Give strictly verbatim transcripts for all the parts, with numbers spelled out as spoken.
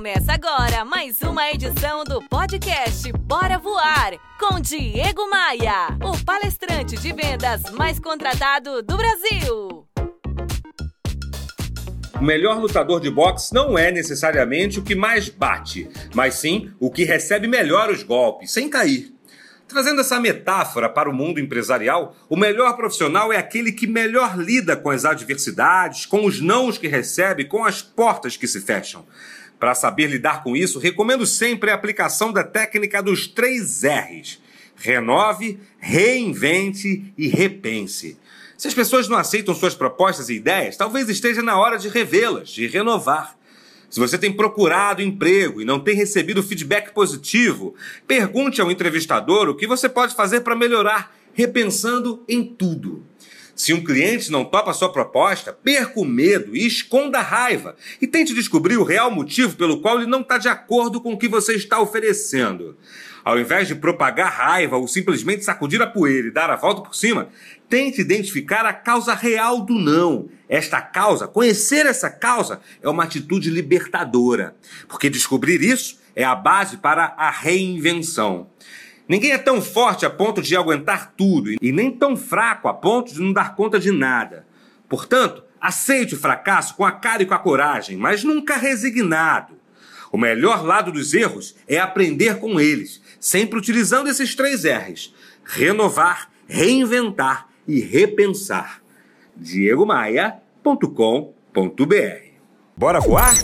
Começa agora mais uma edição do podcast Bora Voar, com Diego Maia, o palestrante de vendas mais contratado do Brasil. O melhor lutador de boxe não é necessariamente o que mais bate, mas sim o que recebe melhor os golpes, sem cair. Trazendo essa metáfora para o mundo empresarial, o melhor profissional é aquele que melhor lida com as adversidades, com os nãos que recebe, com as portas que se fecham. Para saber lidar com isso, recomendo sempre a aplicação da técnica dos três R's. Renove, reinvente e repense. Se as pessoas não aceitam suas propostas e ideias, talvez esteja na hora de revê-las, de renovar. Se você tem procurado emprego e não tem recebido feedback positivo, pergunte ao entrevistador o que você pode fazer para melhorar, repensando em tudo. Se um cliente não topa a sua proposta, perca o medo e esconda a raiva e tente descobrir o real motivo pelo qual ele não está de acordo com o que você está oferecendo. Ao invés de propagar raiva ou simplesmente sacudir a poeira e dar a volta por cima, tente identificar a causa real do não. Esta causa, conhecer essa causa, é uma atitude libertadora, porque descobrir isso é a base para a reinvenção. Ninguém é tão forte a ponto de aguentar tudo e nem tão fraco a ponto de não dar conta de nada. Portanto, aceite o fracasso com a cara e com a coragem, mas nunca resignado. O melhor lado dos erros é aprender com eles, sempre utilizando esses três R's: renovar, reinventar e repensar. diego maia ponto com ponto b r. Bora voar?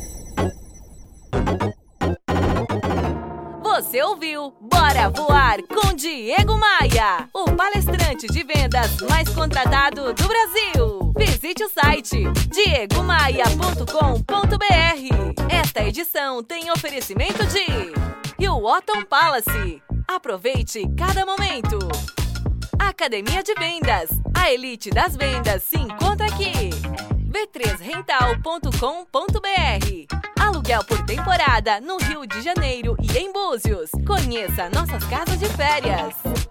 Você ouviu Bora Voar com Diego Maia, o palestrante de vendas mais contratado do Brasil. Visite o site diego maia ponto com ponto b r. Esta edição tem oferecimento de Hilton Palace. Aproveite cada momento. Academia de Vendas. A elite das vendas se encontra aqui. b três rental ponto com ponto b r. Aluguel por temporada no Rio de Janeiro e em Búzios. Conheça nossas casas de férias.